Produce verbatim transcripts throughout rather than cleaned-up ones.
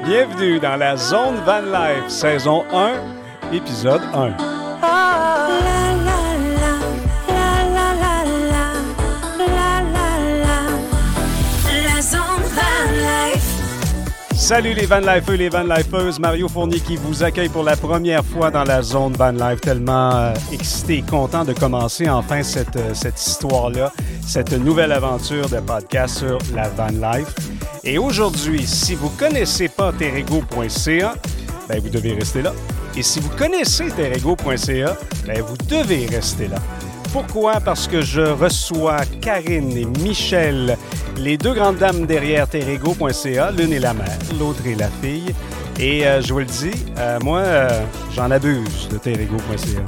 Bienvenue dans la Zone Van Life, saison un, épisode un. Salut les Van Lifeux, les Van Lifeuses, Mario Fournier qui vous accueille pour la première fois dans la Zone Van Life. Tellement euh, excité et content de commencer enfin cette, euh, cette histoire-là, cette nouvelle aventure de podcast sur la Van Life. Et aujourd'hui, si vous ne connaissez pas terrego point c a, ben vous devez rester là. Et si vous connaissez terrego point c a, ben vous devez rester là. Pourquoi? Parce que je reçois Karine et Michel, les deux grandes dames derrière terrego point c a. L'une est la mère, l'autre est la fille. Et euh, je vous le dis, euh, moi, euh, j'en abuse de terrego point c a.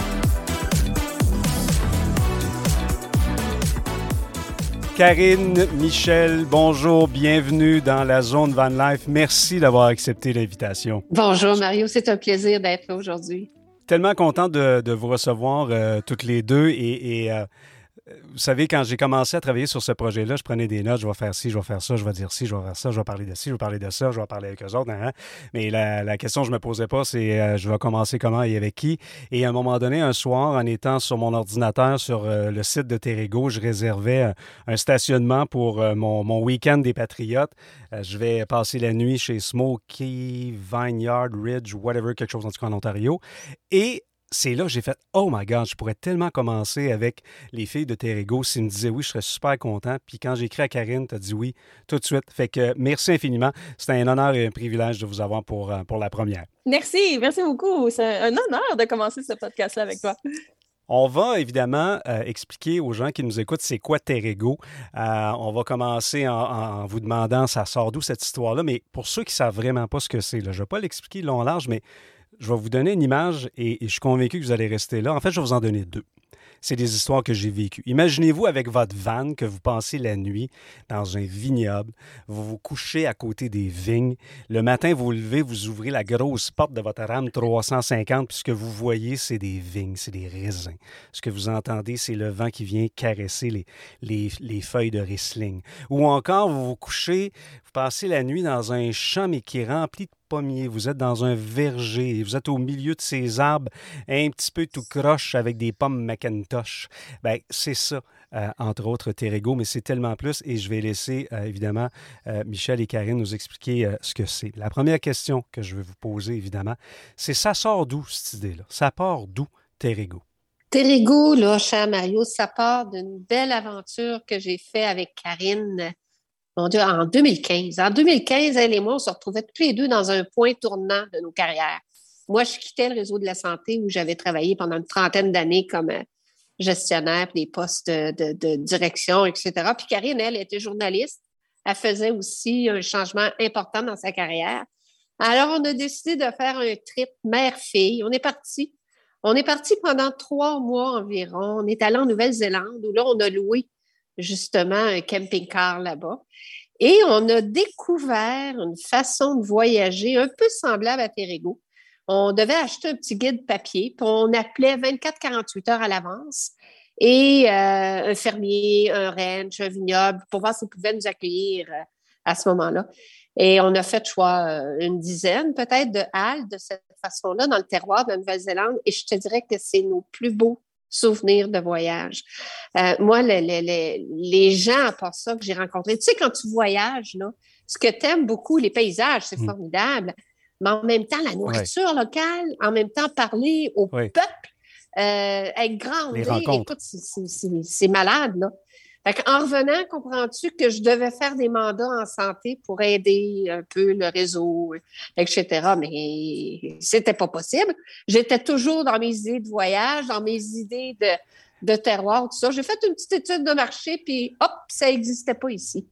Karine, Michel, bonjour, bienvenue dans la Zone Van Life. Merci d'avoir accepté l'invitation. Bonjour Mario, c'est un plaisir d'être là aujourd'hui. Tellement content de, de vous recevoir euh, toutes les deux et, et euh, vous savez, quand j'ai commencé à travailler sur ce projet-là, je prenais des notes, je vais faire ci, je vais faire ça, je vais dire ci, je vais faire ça, je vais parler de ci, je vais parler de ça, je vais parler avec eux autres. Hein, hein. Mais la, la question que je me posais pas, c'est euh, je vais commencer comment et avec qui. Et à un moment donné, un soir, en étant sur mon ordinateur, sur euh, le site de Terrego, je réservais un, un stationnement pour euh, mon, mon week-end des Patriotes. Euh, je vais passer la nuit chez Smoky, Vineyard, Ridge, whatever, quelque chose en tout cas en Ontario. Et c'est là que j'ai fait « Oh my God, je pourrais tellement commencer avec les filles de Terrego. » S'ils me disaient oui, je serais super content. Puis quand j'ai écrit à Karine, tu as dit oui tout de suite. Fait que merci infiniment. C'était un honneur et un privilège de vous avoir pour, pour la première. Merci, merci beaucoup. C'est un honneur de commencer ce podcast-là avec toi. On va évidemment euh, expliquer aux gens qui nous écoutent c'est quoi Terrego. Euh, on va commencer en, en vous demandant ça sort d'où cette histoire-là. Mais pour ceux qui ne savent vraiment pas ce que c'est, là, je ne vais pas l'expliquer long large, mais je vais vous donner une image et, et je suis convaincu que vous allez rester là. En fait, je vais vous en donner deux. C'est des histoires que j'ai vécues. Imaginez-vous avec votre van que vous passez la nuit dans un vignoble. Vous vous couchez à côté des vignes. Le matin, vous vous levez, vous ouvrez la grosse porte de votre Ram trois cent cinquante puis ce que vous voyez, c'est des vignes, c'est des raisins. Ce que vous entendez, c'est le vent qui vient caresser les, les, les feuilles de Riesling. Ou encore, vous vous couchez, vous passez la nuit dans un champ mais qui est rempli de pommiers. Vous êtes dans un verger et vous êtes au milieu de ces arbres un petit peu tout croche avec des pommes Macintosh. Bien, c'est ça, euh, entre autres, Terrego, mais c'est tellement plus et je vais laisser, euh, évidemment, euh, Michel et Karine nous expliquer euh, ce que c'est. La première question que je vais vous poser, évidemment, c'est ça sort d'où, cette idée-là? Ça part d'où, Terrego? Terrego, là, cher Mario, ça part d'une belle aventure que j'ai faite avec Karine. Mon Dieu, en deux mille quinze. En deux mille quinze, elle et moi, on se retrouvait tous les deux dans un point tournant de nos carrières. Moi, je quittais le réseau de la santé où j'avais travaillé pendant une trentaine d'années comme gestionnaire, puis des postes de, de, de direction, et cetera. Puis Karine, elle, était journaliste. Elle faisait aussi un changement important dans sa carrière. Alors, on a décidé de faire un trip mère-fille. On est parti. On est parti pendant trois mois environ. On est allé en Nouvelle-Zélande où là, on a loué justement un camping-car là-bas. Et on a découvert une façon de voyager un peu semblable à Terrego. On devait acheter un petit guide papier, puis on appelait vingt-quatre à quarante-huit heures à l'avance. Et euh, un fermier, un ranch, un vignoble, pour voir s'ils pouvaient nous accueillir euh, à ce moment-là. Et on a fait, je crois, une dizaine peut-être de halles de cette façon-là dans le terroir de la Nouvelle-Zélande. Et je te dirais que c'est nos plus beaux souvenirs de voyage. Euh, moi, le, le, le, les gens, à part ça, que j'ai rencontrés, tu sais, quand tu voyages, là, ce que tu aimes beaucoup, les paysages, c'est mmh. formidable, mais en même temps, la nourriture ouais. locale, en même temps, parler au oui. peuple, euh, être grandi, écoute, c'est, c'est, c'est, c'est malade, là. Fait qu'en revenant, comprends-tu que je devais faire des mandats en santé pour aider un peu le réseau, et cetera. Mais c'était pas possible. J'étais toujours dans mes idées de voyage, dans mes idées de, de terroir, tout ça. J'ai fait une petite étude de marché, puis hop, ça n'existait pas ici.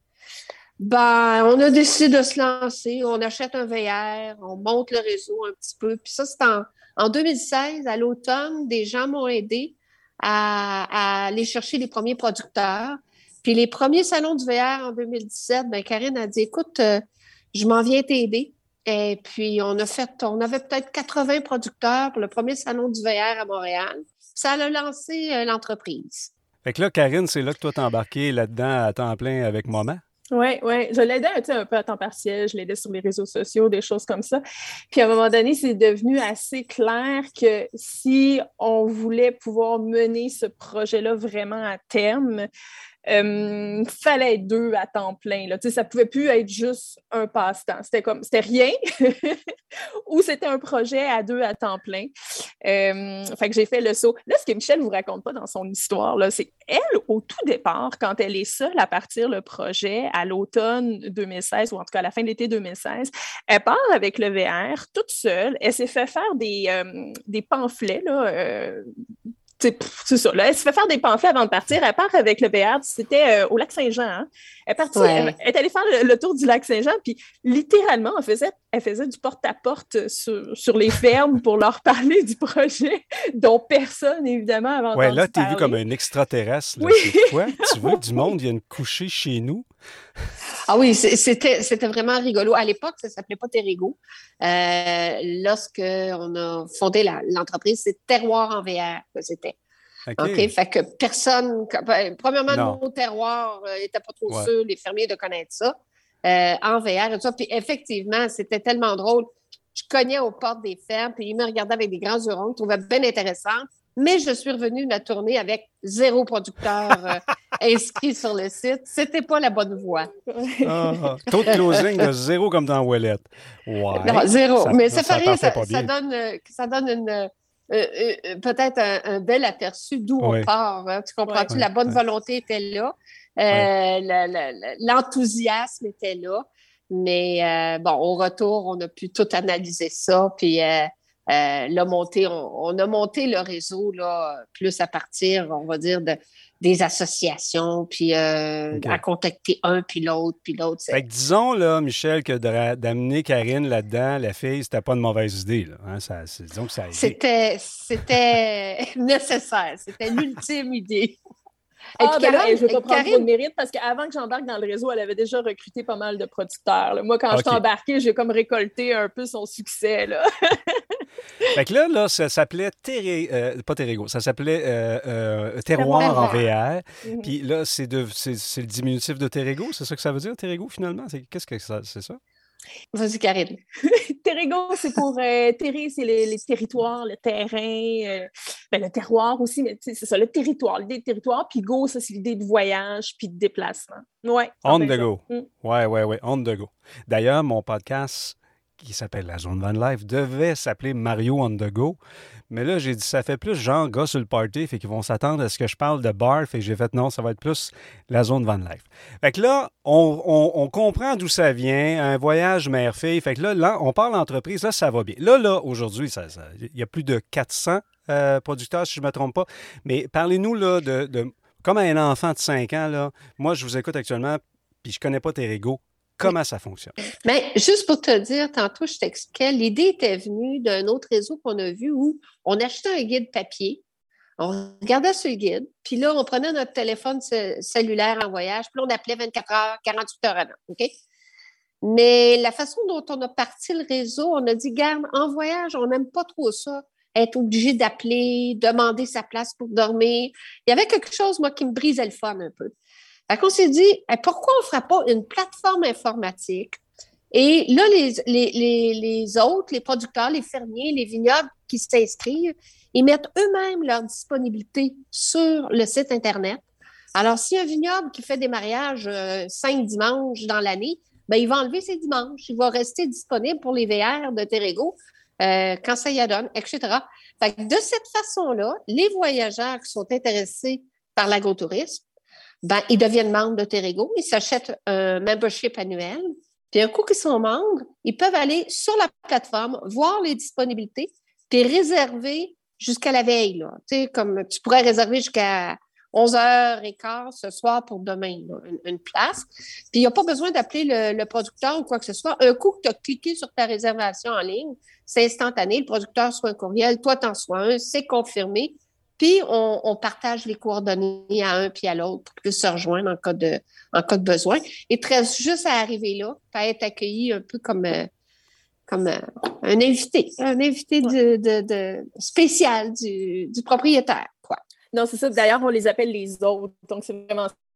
Ben, on a décidé de se lancer. On achète un V R, on monte le réseau un petit peu. Puis ça, c'est en, en deux mille seize, à l'automne, des gens m'ont aidé à, à aller chercher les premiers producteurs. Puis les premiers salons du V R en deux mille dix-sept, ben Karine a dit, écoute, euh, je m'en viens t'aider. Et puis on a fait, on avait peut-être quatre-vingts producteurs pour le premier salon du V R à Montréal. Ça a lancé euh, l'entreprise. Fait que là, Karine, c'est là que toi t'es embarquée là-dedans à temps plein avec maman? Oui, oui. Je l'aidais tu sais, un peu à temps partiel, je l'aidais sur les réseaux sociaux, des choses comme ça. Puis à un moment donné, c'est devenu assez clair que si on voulait pouvoir mener ce projet-là vraiment à terme, il euh, fallait être deux à temps plein. Là. Tu sais, ça ne pouvait plus être juste un passe-temps. C'était comme, c'était rien ou c'était un projet à deux à temps plein. Euh, fait que j'ai fait le saut. Là, ce que Michel ne vous raconte pas dans son histoire, là, c'est elle, au tout départ, quand elle est seule à partir le projet à l'automne deux mille seize, ou en tout cas à la fin de l'été deux mille seize, elle part avec le V R toute seule. Elle s'est fait faire des, euh, des pamphlets, là, euh, C'est, c'est ça. Là, elle se fait faire des pamphlets avant de partir. Elle part avec le V R. C'était euh, au lac Saint-Jean. Hein? Elle, est partie, ouais. elle, elle est allée faire le, le tour du lac Saint-Jean. Puis littéralement, elle faisait, elle faisait du porte-à-porte sur, sur les fermes pour leur parler du projet, dont personne, évidemment, avant ouais, entendu là, t'es parler. vu comme un extraterrestre. Là. Oui. C'est quoi? Tu veux que du monde vienne coucher chez nous? Ah oui, c'était, c'était vraiment rigolo. À l'époque, ça ne s'appelait pas Terrigo. Euh, lorsqu'on a fondé la, l'entreprise, c'est Terroir en V R que c'était. OK. okay? Fait que personne... Premièrement, non. Le mot terroir n'était pas trop ouais. sûr, les fermiers, de connaître ça. Euh, en V R et tout ça. Puis effectivement, c'était tellement drôle. Je cognais aux portes des fermes, puis ils me regardaient avec des grands yeux ronds, ils trouvaient bien intéressant. Mais je suis revenue de la tournée avec zéro producteur euh, inscrit sur le site. C'était pas la bonne voie. Ah, taux de closing de zéro comme dans Ouellette. Ouais. Non, zéro. Ça, Mais ça, ça fait ça, ça, ça donne, ça donne une, euh, euh, peut-être un, un bel aperçu d'où oui. on part. Hein. Tu comprends-tu? Oui, la bonne oui. volonté était là. Euh, oui. le, le, l'enthousiasme était là. Mais euh, bon, au retour, on a pu tout analyser ça. Puis... Euh, Euh, là, monté, on, on a monté le réseau là, plus à partir, on va dire, de, des associations, puis euh, okay. à contacter un, puis l'autre, puis l'autre. Fait que disons, là, Michel, que de, d'amener Karine là-dedans, la fille, c'était pas une mauvaise idée. Là, hein? ça, c'est, disons que ça a aidé. C'était, c'était nécessaire. C'était l'ultime idée. Et ah, ben Karine, là, je ne veux pas prendre Karine... trop de mérite parce qu'avant que j'embarque dans le réseau, elle avait déjà recruté pas mal de producteurs. Là. Moi, quand okay. je suis embarquée, j'ai comme récolté un peu son succès. Là. Fait que là, là ça s'appelait Terré... euh, pas Terrigo, ça s'appelait euh, euh, Terroir, Terroir en V R. Mm-hmm. Puis là, c'est, de, c'est, c'est le diminutif de Terrigo, c'est ça que ça veut dire, Terrigo, finalement? C'est, qu'est-ce que ça, c'est ça? Vas-y, Karine. Terrigo, c'est pour... Euh, terrer, c'est les, les territoires, le terrain, euh, ben, le terroir aussi, mais c'est ça, le territoire, l'idée de territoire. Puis go, ça, c'est l'idée de voyage puis de déplacement. Ouais. On the go. Mm. Ouais, ouais, ouais, on the go. D'ailleurs, mon podcast... qui s'appelle La Zone Van Life, devait s'appeler Mario on the Go. Mais là, j'ai dit, ça fait plus genre gars sur le party, fait qu'ils vont s'attendre à ce que je parle de bar, fait que j'ai fait non, ça va être plus La Zone Van Life. Fait que là, on, on, on comprend d'où ça vient, un voyage mère-fille. Fait que là, là, on parle d'entreprise, là, ça va bien. Là, là, aujourd'hui, ça, ça, il y a plus de quatre cents euh, producteurs, si je ne me trompe pas. Mais parlez-nous, là, de, de comme un enfant de cinq ans, là, moi, je vous écoute actuellement, puis je connais pas Terrigo. Comment ça fonctionne? Bien, juste pour te dire, tantôt, je t'expliquais, l'idée était venue d'un autre réseau qu'on a vu où on achetait un guide papier, on regardait sur le guide, puis là, on prenait notre téléphone cellulaire en voyage, puis là, on appelait vingt-quatre heures, quarante-huit heures avant, OK? Mais la façon dont on a parti le réseau, on a dit, garde, en voyage, on n'aime pas trop ça, être obligé d'appeler, demander sa place pour dormir. Il y avait quelque chose, moi, qui me brisait le fun un peu. Fait qu'on s'est dit, pourquoi on ne fera pas une plateforme informatique? Et là, les, les, les, les autres, les producteurs, les fermiers, les vignobles qui s'inscrivent, ils mettent eux-mêmes leur disponibilité sur le site Internet. Alors, si un vignoble qui fait des mariages euh, cinq dimanches dans l'année, ben, il va enlever ses dimanches. Il va rester disponible pour les V R de Terrigo euh, quand ça y adonne, et cetera. Fait que de cette façon-là, les voyageurs qui sont intéressés par l'agrotourisme, ben, ils deviennent membres de Terrigo, ils s'achètent un membership annuel, puis un coup qu'ils sont membres, ils peuvent aller sur la plateforme, voir les disponibilités, puis réserver jusqu'à la veille. Là. Tu sais, comme tu pourrais réserver jusqu'à onze heures quinze ce soir pour demain, là, une, une place. Puis il n'y a pas besoin d'appeler le, le producteur ou quoi que ce soit. Un coup que tu as cliqué sur ta réservation en ligne, c'est instantané, le producteur reçoit un courriel, toi t'en reçois un, c'est confirmé. Puis, on, on partage les coordonnées à un puis à l'autre pour qu'ils puissent se rejoindre en cas de, en cas de besoin. Et très juste à arriver là, à être accueilli un peu comme, euh, comme euh, un invité, un invité de, de, de spécial du, du propriétaire, quoi. Non, c'est ça. D'ailleurs, on les appelle les autres. Donc, c'est vraiment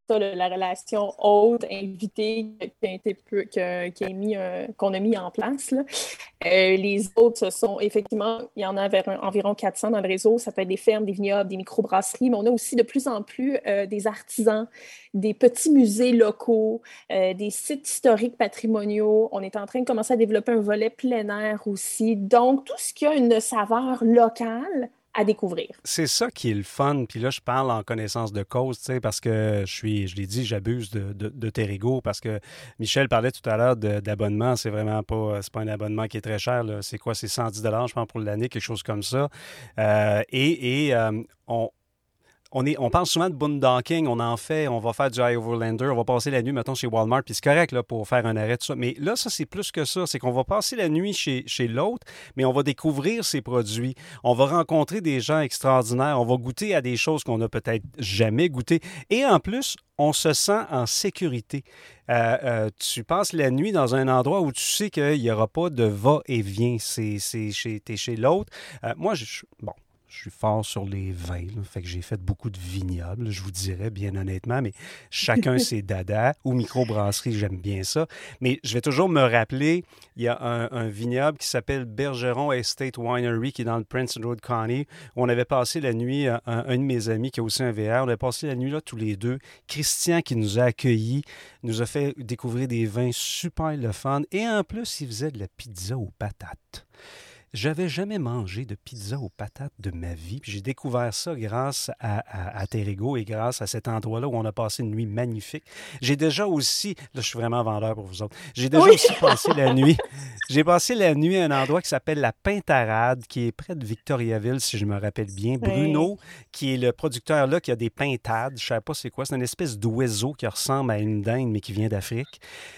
ça, le, la relation hôte-invité qui a été peu, qui a, qui a mis, euh, qu'on a mis en place. Là. Euh, les autres, ce sont effectivement, il y en a vers, environ quatre cents dans le réseau. Ça peut être des fermes, des vignobles, des microbrasseries, mais on a aussi de plus en plus euh, des artisans, des petits musées locaux, euh, des sites historiques patrimoniaux. On est en train de commencer à développer un volet plein air aussi. Donc, tout ce qui a une saveur locale à découvrir. C'est ça qui est le fun. Puis là, je parle en connaissance de cause, tu sais, parce que je suis, je l'ai dit, j'abuse de, de, de Terrigo parce que Michel parlait tout à l'heure de, d'abonnement. C'est vraiment pas, c'est pas un abonnement qui est très cher, là. C'est quoi? C'est cent dix dollars, je pense, pour l'année, quelque chose comme ça. Euh, et et euh, on, On, est, on parle souvent de boondocking, on en fait, on va faire du High Overlander, on va passer la nuit, mettons, chez Walmart, puis c'est correct là, pour faire un arrêt, tout ça. Mais là, ça, c'est plus que ça. C'est qu'on va passer la nuit chez, chez l'autre, mais on va découvrir ses produits. On va rencontrer des gens extraordinaires. On va goûter à des choses qu'on n'a peut-être jamais goûtées. Et en plus, on se sent en sécurité. Euh, euh, tu passes la nuit dans un endroit où tu sais qu'il n'y aura pas de va-et-vient. C'est, c'est chez, t'es chez l'autre. Euh, moi, je, bon, je suis fort sur les vins, là, fait que j'ai fait beaucoup de vignobles, je vous dirais, bien honnêtement, mais chacun ses dadas. Ou microbrasserie, j'aime bien ça. Mais je vais toujours me rappeler, il y a un, un vignoble qui s'appelle Bergeron Estate Winery, qui est dans le Prince Edward County, où on avait passé la nuit, un, un de mes amis qui a aussi un V R, on avait passé la nuit là tous les deux. Christian qui nous a accueillis, nous a fait découvrir des vins super le fun, et en plus, il faisait de la pizza aux patates. J'avais jamais mangé de pizza aux patates de ma vie. Puis j'ai découvert ça grâce à, à, à Terrigo et grâce à cet endroit-là où on a passé une nuit magnifique. J'ai déjà aussi... Là, je suis vraiment vendeur pour vous autres. J'ai déjà oui. aussi passé la nuit... J'ai passé la nuit à un endroit qui s'appelle La Pintade, qui est près de Victoriaville, si je me rappelle bien. Bruno, oui. qui est le producteur là, qui a des pintades. Je ne sais pas c'est quoi. C'est une espèce d'oiseau qui ressemble à une dinde, mais qui vient d'Afrique.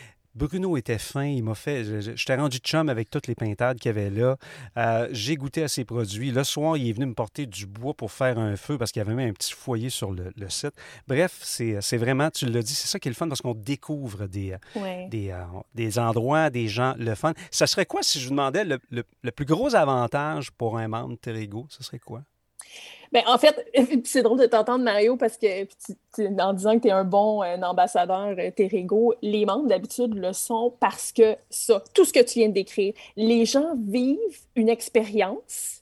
Bruno était fin, il m'a fait... Je, je, je t'ai rendu chum avec toutes les pintades qu'il y avait là. Euh, j'ai goûté à ses produits. Le soir, il est venu me porter du bois pour faire un feu parce qu'il y avait même un petit foyer sur le, le site. Bref, c'est, c'est vraiment, tu l'as dit, c'est ça qui est le fun parce qu'on découvre des, ouais. des, euh, des endroits, des gens, le fun. Ça serait quoi si je vous demandais le, le, le plus gros avantage pour un membre de Terrigo? Ce serait quoi? Bien, en fait, c'est drôle de t'entendre, Mario, parce que tu, tu, en disant que tu es un bon un ambassadeur euh, Terrigo, les membres d'habitude le sont parce que ça, tout ce que tu viens de décrire, les gens vivent une expérience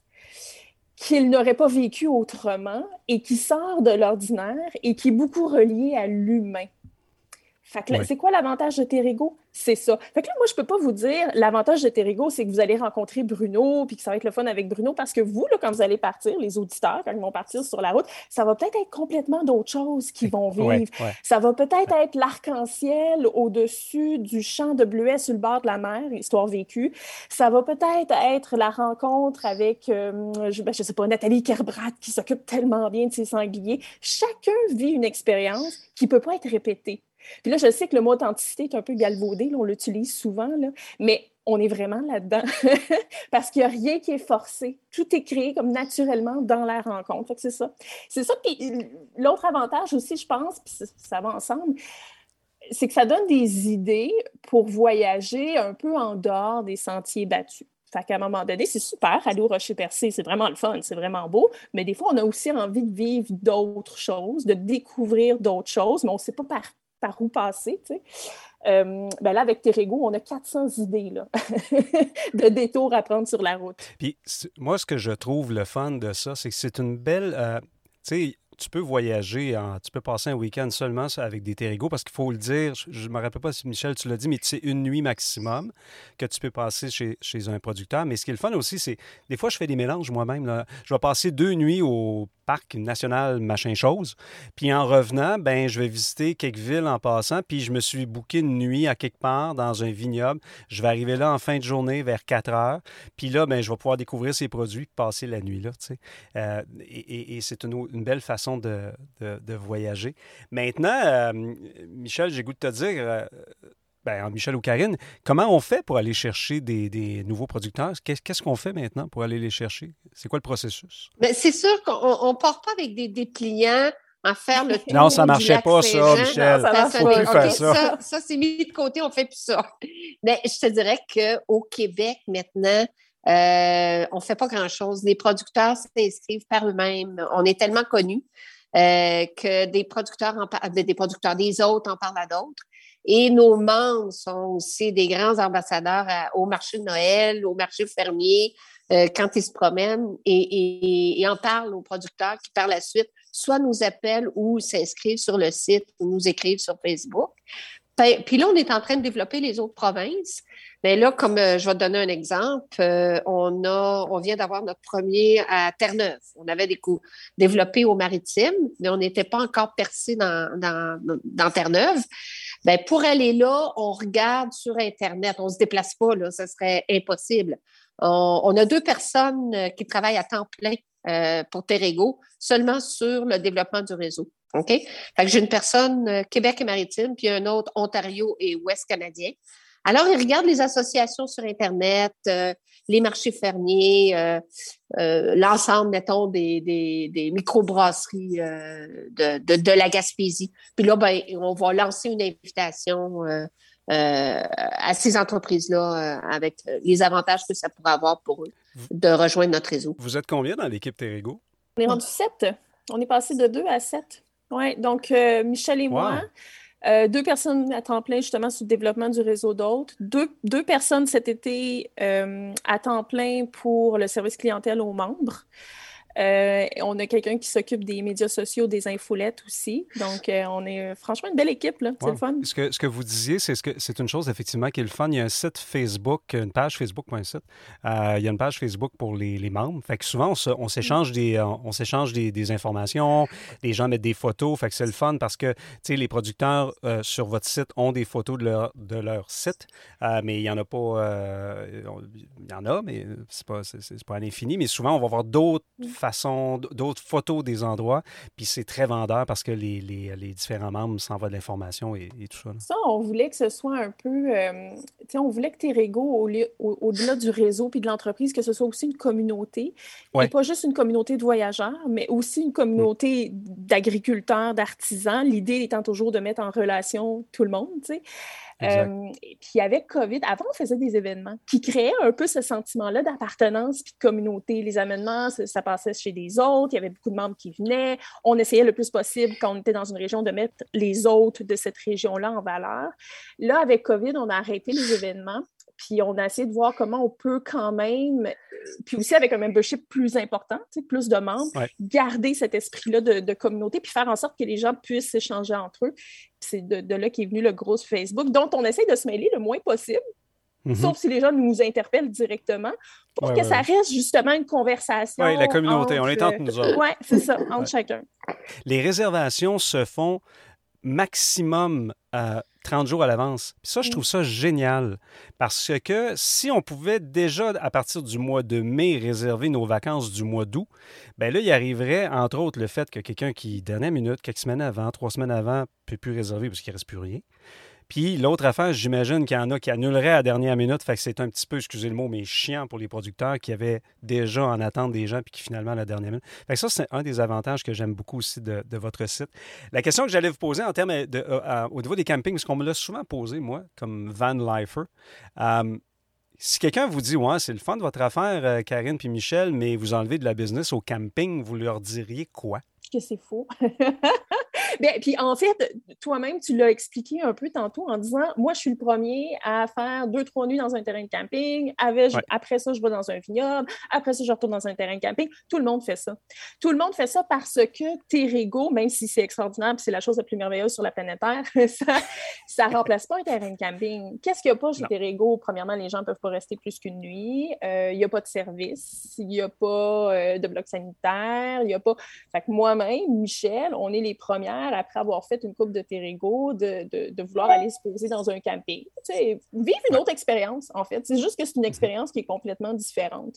qu'ils n'auraient pas vécue autrement et qui sort de l'ordinaire et qui est beaucoup reliée à l'humain. Fait que là, oui. C'est quoi l'avantage de Terrigo? C'est ça. Fait que là, moi, je peux pas vous dire, l'avantage de Terrigo, c'est que vous allez rencontrer Bruno, puis que ça va être le fun avec Bruno, parce que vous, là, quand vous allez partir, les auditeurs, quand ils vont partir sur la route, ça va peut-être être complètement d'autres choses qu'ils vont vivre. Ouais, ouais. Ça va peut-être ouais. être l'arc-en-ciel au-dessus du champ de bleuets sur le bord de la mer, histoire vécue. Ça va peut-être être la rencontre avec, euh, je, ben, je sais pas, Nathalie Kerbrat, qui s'occupe tellement bien de ses sangliers. Chacun vit une expérience qui peut pas être répétée. Puis là, je sais que le mot authenticité est un peu galvaudé, là, on l'utilise souvent, là, mais on est vraiment là-dedans parce qu'il n'y a rien qui est forcé. Tout est créé comme naturellement dans la rencontre. Fait que c'est ça. C'est ça. Puis l'autre avantage aussi, je pense, puis ça, ça va ensemble, c'est que ça donne des idées pour voyager un peu en dehors des sentiers battus. Fait qu'à un moment donné, c'est super, aller au Rocher-Percé, c'est vraiment le fun, c'est vraiment beau, mais des fois, on a aussi envie de vivre d'autres choses, de découvrir d'autres choses, mais on ne sait pas par par où passer, tu sais. Euh, ben là, avec Terrigo, on a quatre cents idées là, de détours à prendre sur la route. Puis moi, ce que je trouve le fun de ça, c'est que c'est une belle... Euh, tu sais, tu peux voyager, en, tu peux passer un week-end seulement avec des Terrigo, parce qu'il faut le dire, je ne me rappelle pas si Michel, tu l'as dit, mais c'est une nuit maximum que tu peux passer chez, chez un producteur. Mais ce qui est le fun aussi, c'est, des fois, je fais des mélanges moi-même, là. Je vais passer deux nuits au parc national machin chose, puis en revenant, ben je vais visiter quelques villes en passant, puis je me suis booké une nuit à quelque part dans un vignoble. Je vais arriver là en fin de journée vers quatre heures, puis là, ben je vais pouvoir découvrir ces produits et passer la nuit là, tu sais. Euh, et, et, et c'est une, une belle façon de, de, de voyager. Maintenant, euh, Michel, j'ai goût de te dire... Euh, Ben, Michel ou Karine, comment on fait pour aller chercher des, des nouveaux producteurs? Qu'est-ce, qu'est-ce qu'on fait maintenant pour aller les chercher? C'est quoi le processus? Bien, c'est sûr qu'on ne part pas avec des dépliants à faire le tour. Non, ça ne marchait pas, ça, Michel. Il ne faut plus okay, faire ça. ça. Ça, c'est mis de côté, on ne fait plus ça. Mais je te dirais qu'au Québec, maintenant, euh, on ne fait pas grand-chose. Les producteurs s'inscrivent par eux-mêmes. On est tellement connus. euh, que des producteurs, en par- des producteurs, des autres en parlent à d'autres. Et nos membres sont aussi des grands ambassadeurs à- au marché de Noël, au marché fermier, euh, quand ils se promènent et, et, et en parlent aux producteurs qui, par la suite, soit nous appellent ou s'inscrivent sur le site ou nous écrivent sur Facebook. Puis là, on est en train de développer les autres provinces. Mais là, comme euh, je vais te donner un exemple, euh, on a, on vient d'avoir notre premier à Terre-Neuve. On avait des coups développés au Maritime, mais on n'était pas encore percé dans, dans, dans Terre-Neuve. Ben, pour aller là, on regarde sur Internet. On ne se déplace pas, là, ce serait impossible. On, on a deux personnes euh, qui travaillent à temps plein euh, pour Terrego, seulement sur le développement du réseau. OK? Fait que j'ai une personne euh, Québec et Maritime, puis un autre Ontario et Ouest canadien. Alors, ils regardent les associations sur Internet, euh, les marchés fermiers, euh, euh, l'ensemble, mettons, des, des, des microbrasseries euh, de, de, de la Gaspésie. Puis là, ben, on va lancer une invitation euh, euh, à ces entreprises-là euh, avec les avantages que ça pourrait avoir pour eux de rejoindre notre réseau. Vous êtes combien dans l'équipe Terrego? On est rendu sept. On est passé de deux à sept. Oui, donc euh, Michel et wow. moi, euh, deux personnes à temps plein justement sur le développement du réseau d'autres, deux, deux personnes cet été euh, à temps plein pour le service clientèle aux membres. Euh, on a quelqu'un qui s'occupe des médias sociaux, des infolettes aussi. Donc, euh, on est franchement une belle équipe, là. C'est wow. le fun. Ce que, ce que vous disiez, c'est, ce que, c'est une chose effectivement qui est le fun. Il y a un site Facebook, une page Facebook, pas un site. Euh, il y a une page Facebook pour les, les membres. Fait que souvent, on, se, on s'échange, des, on s'échange des, des informations. Les gens mettent des photos. Fait que c'est le fun parce que, tu sais, les producteurs euh, sur votre site ont des photos de leur, de leur site. Euh, mais il n'y en a pas... Euh, il y en a, mais c'est pas, c'est, c'est pas à l'infini. Mais souvent, on va voir d'autres mm. façons, d'autres photos des endroits. Puis c'est très vendeur parce que les, les, les différents membres s'envoient de l'information et, et tout ça. Là. Ça, on voulait que ce soit un peu... Euh, tu sais, on voulait que Terrego, au, au, au-delà du réseau puis de l'entreprise, que ce soit aussi une communauté. Ouais. Et pas juste une communauté de voyageurs, mais aussi une communauté mm. d'agriculteurs, d'artisans. L'idée étant toujours de mettre en relation tout le monde, tu sais. Euh, et puis avec COVID, avant on faisait des événements qui créaient un peu ce sentiment-là d'appartenance puis de communauté. Les amènements, ça, ça passait chez les autres, il y avait beaucoup de membres qui venaient. On essayait le plus possible quand on était dans une région de mettre les autres de cette région-là en valeur. Là, avec COVID, on a arrêté les événements. Puis on a essayé de voir comment on peut quand même, puis aussi avec un membership plus important, plus de membres, ouais. garder cet esprit-là de, de communauté, puis faire en sorte que les gens puissent s'échanger entre eux. Puis c'est de, de là qu'est venu le gros Facebook, dont on essaie de se mêler le moins possible, mm-hmm. sauf si les gens nous interpellent directement, pour ouais, que ouais, ça reste justement une conversation. Oui, la communauté, entre, on est entre nous autres. Oui, c'est ça, entre ouais. chacun. Les réservations se font maximum euh, trente jours à l'avance. Puis ça, je trouve ça génial parce que si on pouvait déjà, à partir du mois de mai, réserver nos vacances du mois d'août, bien là, il arriverait, entre autres, le fait que quelqu'un qui, dernière minute, quelques semaines avant, trois semaines avant, ne peut plus réserver parce qu'il ne reste plus rien. Puis l'autre affaire, j'imagine qu'il y en a qui annuleraient à la dernière minute, fait que c'est un petit peu, excusez le mot, mais chiant pour les producteurs qui avaient déjà en attente des gens puis qui finalement à la dernière minute. Fait que ça, c'est un des avantages que j'aime beaucoup aussi de, de votre site. La question que j'allais vous poser en termes de, euh, euh, au niveau des campings, parce qu'on me l'a souvent posé, moi, comme van lifer, euh, si quelqu'un vous dit « Ouais, c'est le fun de votre affaire, euh, Karine puis Michel, mais vous enlevez de la business au camping », vous leur diriez quoi? Que c'est faux. Bien, puis en fait, toi-même, tu l'as expliqué un peu tantôt en disant, moi, je suis le premier à faire deux, trois nuits dans un terrain de camping. Avec, ouais. Après ça, je vais dans un vignoble. Après ça, je retourne dans un terrain de camping. Tout le monde fait ça. Tout le monde fait ça parce que Terrego, même si c'est extraordinaire, c'est la chose la plus merveilleuse sur la planète Terre, ça ne remplace pas un terrain de camping. Qu'est-ce qu'il n'y a pas chez Terrego? Premièrement, les gens ne peuvent pas rester plus qu'une nuit. Euh, il n'y a pas de service. Il n'y a pas euh, de bloc sanitaire. Il n'y a pas... Fait que moi-même, Michel, on est les premières, après avoir fait une coupe de Terrego, de, de, de vouloir aller se poser dans un camping. Tu sais, vivre une autre expérience, en fait. C'est juste que c'est une expérience qui est complètement différente.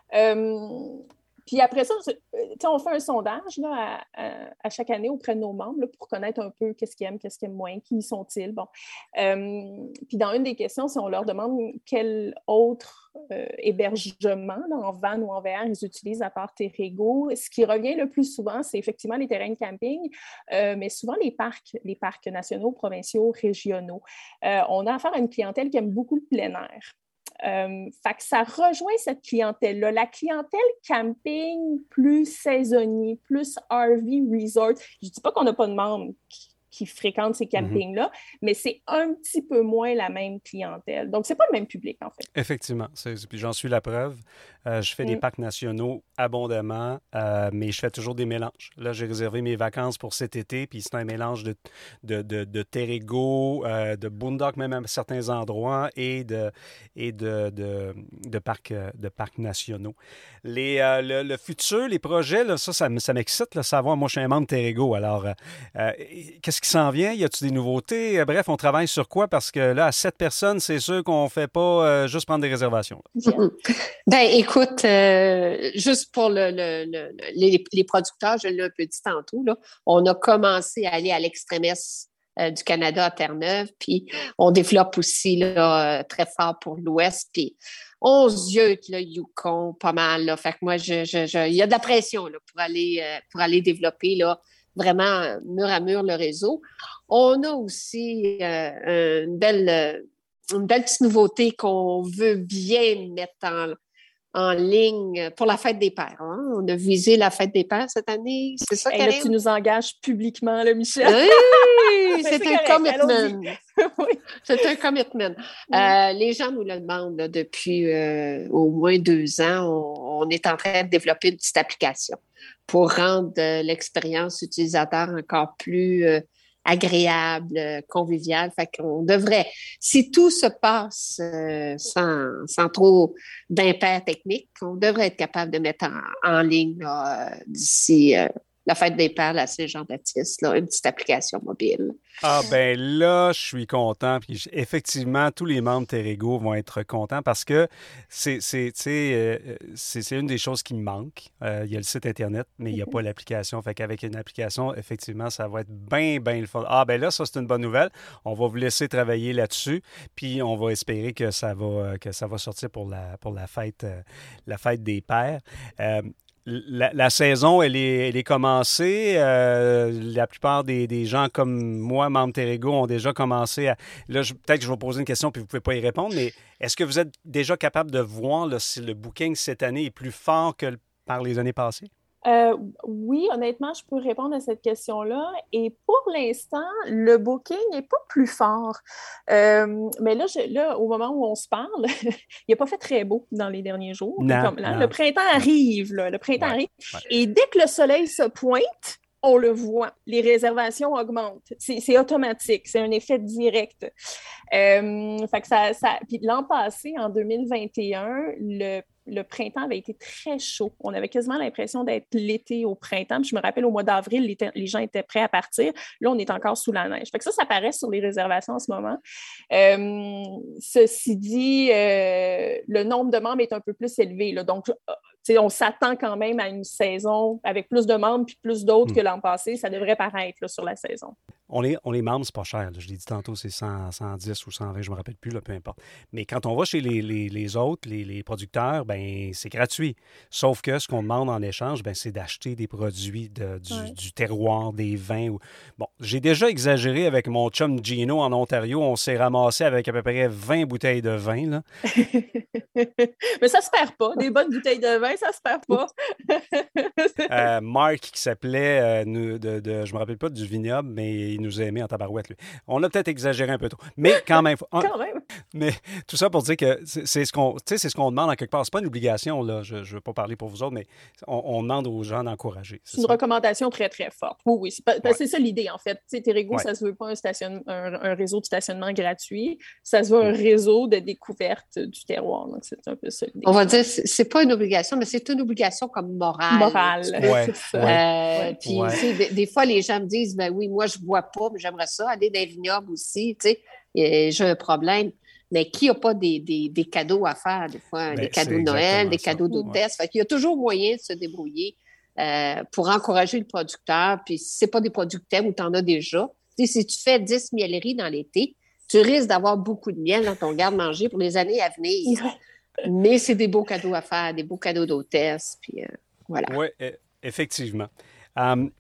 Euh, Puis après ça, on fait un sondage là, à, à, à chaque année auprès de nos membres là, pour connaître un peu qu'est-ce qu'ils aiment, qu'est-ce qu'ils aiment moins, qui sont-ils. Bon. Euh, puis dans une des questions, si on leur demande quel autre euh, hébergement là, en van ou en V R ils utilisent à part Terrego, ce qui revient le plus souvent, c'est effectivement les terrains de camping, euh, mais souvent les parcs, les parcs nationaux, provinciaux, régionaux. Euh, on a affaire à une clientèle qui aime beaucoup le plein air. Euh, fait que ça rejoint cette clientèle-là. La clientèle camping plus saisonnier, plus R V resort. Je ne dis pas qu'on n'a pas de membres qui, qui fréquentent ces campings-là, mm-hmm. mais c'est un petit peu moins la même clientèle. Donc, c'est pas le même public, en fait. Effectivement. C'est, puis j'en suis la preuve. Euh, je fais mm. des parcs nationaux abondamment, euh, mais je fais toujours des mélanges. Là, j'ai réservé mes vacances pour cet été, puis c'est un mélange de, de, de, de Terrego, euh, de Boondock même à certains endroits, et de, et de, de, de, parcs, de parcs nationaux. Les, euh, le, le futur, les projets, là, ça, ça, ça m'excite de savoir. Moi, je suis un membre de Terrego, alors euh, qu'est-ce qui s'en vient? Y a-t-il des nouveautés? Bref, on travaille sur quoi? Parce que là, à sept personnes, c'est sûr qu'on ne fait pas euh, juste prendre des réservations. Ben, écoute, euh, juste pour le, le, le, les, les producteurs, je l'ai un peu dit tantôt, là, on a commencé à aller à l'extrémesse euh, du Canada à Terre-Neuve, puis on développe aussi là, euh, très fort pour l'Ouest, puis on ziote le Yukon pas mal. Là, fait que moi, je, je, je, il y a de la pression là, pour, aller, euh, pour aller développer là, vraiment mur à mur le réseau. On a aussi euh, une, belle, une belle petite nouveauté qu'on veut bien mettre en en ligne pour la fête des pères. Hein? On a visé la fête des pères cette année. C'est ça, Karine? Là, tu nous engages publiquement, là, Michel. Oui, c'est, c'est un commitment. Oui. C'est un commitment. Oui. Euh, les gens nous le demandent là, depuis euh, au moins deux ans. On, on est en train de développer une petite application pour rendre euh, l'expérience utilisateur encore plus euh, agréable, euh, convivial. Fait qu'on devrait, si tout se passe euh, sans, sans trop d'impair technique, on devrait être capable de mettre en, en ligne là, euh, d'ici euh, la fête des pères, la Saint-Jean-Baptiste, là, une petite application mobile. Ah ben là, je suis content. Puis effectivement, tous les membres Terrego vont être contents parce que c'est, c'est, euh, c'est, c'est une des choses qui me manque. Euh, il y a le site Internet, mais il n'y a pas l'application. Fait qu'avec une application, effectivement, ça va être bien, bien le fun. Ah ben là, ça, c'est une bonne nouvelle. On va vous laisser travailler là-dessus. Puis on va espérer que ça va, que ça va sortir pour la, pour la, fête, euh, la fête des pères. Euh, La, la saison, elle est, elle est commencée. Euh, la plupart des, des gens comme moi, membres Terrego, ont déjà commencé à... Là, je, peut-être que je vais poser une question puis vous ne pouvez pas y répondre, mais est-ce que vous êtes déjà capable de voir là, si le booking cette année est plus fort que par les années passées? Euh, oui, honnêtement, je peux répondre à cette question-là. Et pour l'instant, le booking n'est pas plus fort. Euh, mais là, je, là, au moment où on se parle, il n'a pas fait très beau dans les derniers jours. Non, Comme, là, non. Le printemps arrive. Là, le printemps ouais, arrive. Ouais. Et dès que le soleil se pointe, on le voit. Les réservations augmentent. C'est, c'est automatique. C'est un effet direct. Euh, fait que ça, ça... Puis l'an passé, en deux mille vingt et un, le Le printemps avait été très chaud. On avait quasiment l'impression d'être l'été au printemps. Puis je me rappelle, au mois d'avril, les, les gens étaient prêts à partir. Là, on est encore sous la neige. Fait que ça, ça paraît sur les réservations en ce moment. Euh, ceci dit, euh, le nombre de membres est un peu plus élevé. Là. Donc, on s'attend quand même à une saison avec plus de membres puis plus d'autres mmh. que l'an passé. Ça devrait paraître là, sur la saison. On les, on les membres, c'est pas cher. Là. Je l'ai dit tantôt, c'est cent, cent dix ou cent vingt, je ne me rappelle plus, là, peu importe. Mais quand on va chez les, les, les autres, les, les producteurs, ben c'est gratuit. Sauf que ce qu'on demande en échange, ben, c'est d'acheter des produits de, du, ouais. du terroir, des vins. Ou... Bon, j'ai déjà exagéré avec mon chum Gino en Ontario. On s'est ramassé avec à peu près vingt bouteilles de vin. Là. Mais ça se perd pas. Des bonnes bouteilles de vin, ça se perd pas. euh, Marc, qui s'appelait, euh, de, de, de, je me rappelle pas du vignoble, mais il nous a aimés en tabarouette, lui. On a peut-être exagéré un peu trop. Mais quand même. quand même. Mais tout ça pour dire que c'est, c'est, ce, qu'on, c'est ce qu'on demande en quelque part. C'est pas une obligation, là. Je ne veux pas parler pour vous autres, mais on, on demande aux gens d'encourager. C'est, c'est une ça? recommandation très, très forte. Oui, oui. C'est, pas, ouais. c'est ça l'idée, en fait. Terrego, ouais. ça se veut pas un, station, un, un réseau de stationnement gratuit. Ça se veut un réseau de découverte du terroir. Donc, c'est un peu ça l'idée. On va dire, c'est, c'est pas une obligation, mais c'est une obligation comme morale. Morale. Ouais. c'est ça. Euh, ouais. Puis, ouais. tu sais, des, des fois, les gens me disent, ben oui, moi, je bois pas, mais j'aimerais ça, aller dans les vignobles aussi, tu sais, j'ai un problème. Mais qui n'a pas des, des, des cadeaux à faire, des fois, ben, des cadeaux de Noël, des cadeaux d'hôtesse. Ouais. Fait qu'il y a toujours moyen de se débrouiller euh, pour encourager le producteur. Puis si ce n'est pas des produits que tu aimes ou tu en as déjà, tu sais, si tu fais dix mieleries dans l'été, tu risques d'avoir beaucoup de miel dans ton garde-manger pour les années à venir. Mais c'est des beaux cadeaux à faire, des beaux cadeaux d'hôtesse. Puis euh, voilà. Oui, effectivement. Um,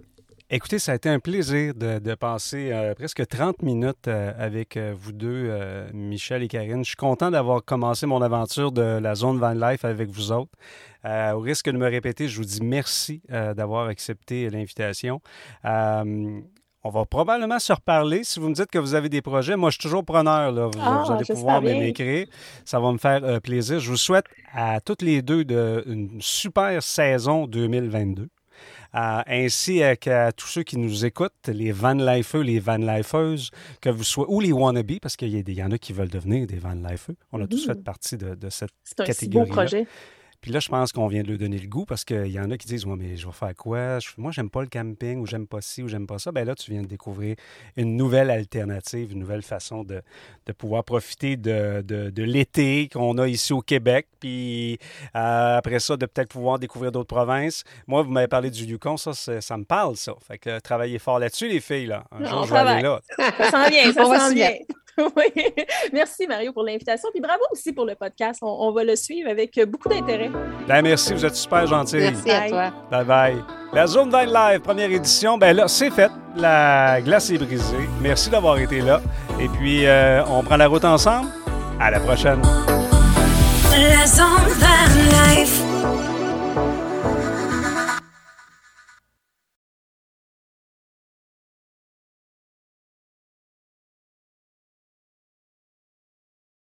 Écoutez, ça a été un plaisir de, de passer euh, presque trente minutes euh, avec euh, vous deux, euh, Michel et Karine. Je suis content d'avoir commencé mon aventure de la zone Van Life avec vous autres. Euh, au risque de me répéter, je vous dis merci euh, d'avoir accepté l'invitation. Euh, on va probablement se reparler. Si vous me dites que vous avez des projets, moi, je suis toujours preneur. Là. Vous, Ah, vous allez pouvoir m'écrire. Ça va me faire euh, plaisir. Je vous souhaite à toutes les deux de, une super saison deux mille vingt-deux. Euh, ainsi euh, qu'à tous ceux qui nous écoutent, les Van Lifeux, les Van Lifeuses, que vous soyez, ou les wannabes, parce qu'il y, a des, il y en a qui veulent devenir des Van Lifeux. On a mmh. tous fait partie de, de cette C'est un catégorie. Si beau projet. Puis là, je pense qu'on vient de lui donner le goût parce qu'il y en a qui disent « Ouais, mais je vais faire quoi? Je, moi, j'aime pas le camping ou j'aime pas ci ou j'aime pas ça. » Bien là, tu viens de découvrir une nouvelle alternative, une nouvelle façon de, de pouvoir profiter de, de, de l'été qu'on a ici au Québec. Puis euh, après ça, de peut-être pouvoir découvrir d'autres provinces. Moi, vous m'avez parlé du Yukon, ça, ça me parle, ça. Fait que euh, travaillez fort là-dessus, les filles. Là. Un jour, je vais aller là. Ça s'en vient, ça s'en vient. Oui. Merci, Mario, pour l'invitation. Puis bravo aussi pour le podcast. On, on va le suivre avec beaucoup d'intérêt. Ben, merci, vous êtes super gentils. Merci bye. à toi. Bye bye. La Zone Van Live, première édition, ben là, c'est fait. La glace est brisée. Merci d'avoir été là. Et puis, euh, on prend la route ensemble. À la prochaine. La Zone Van Life.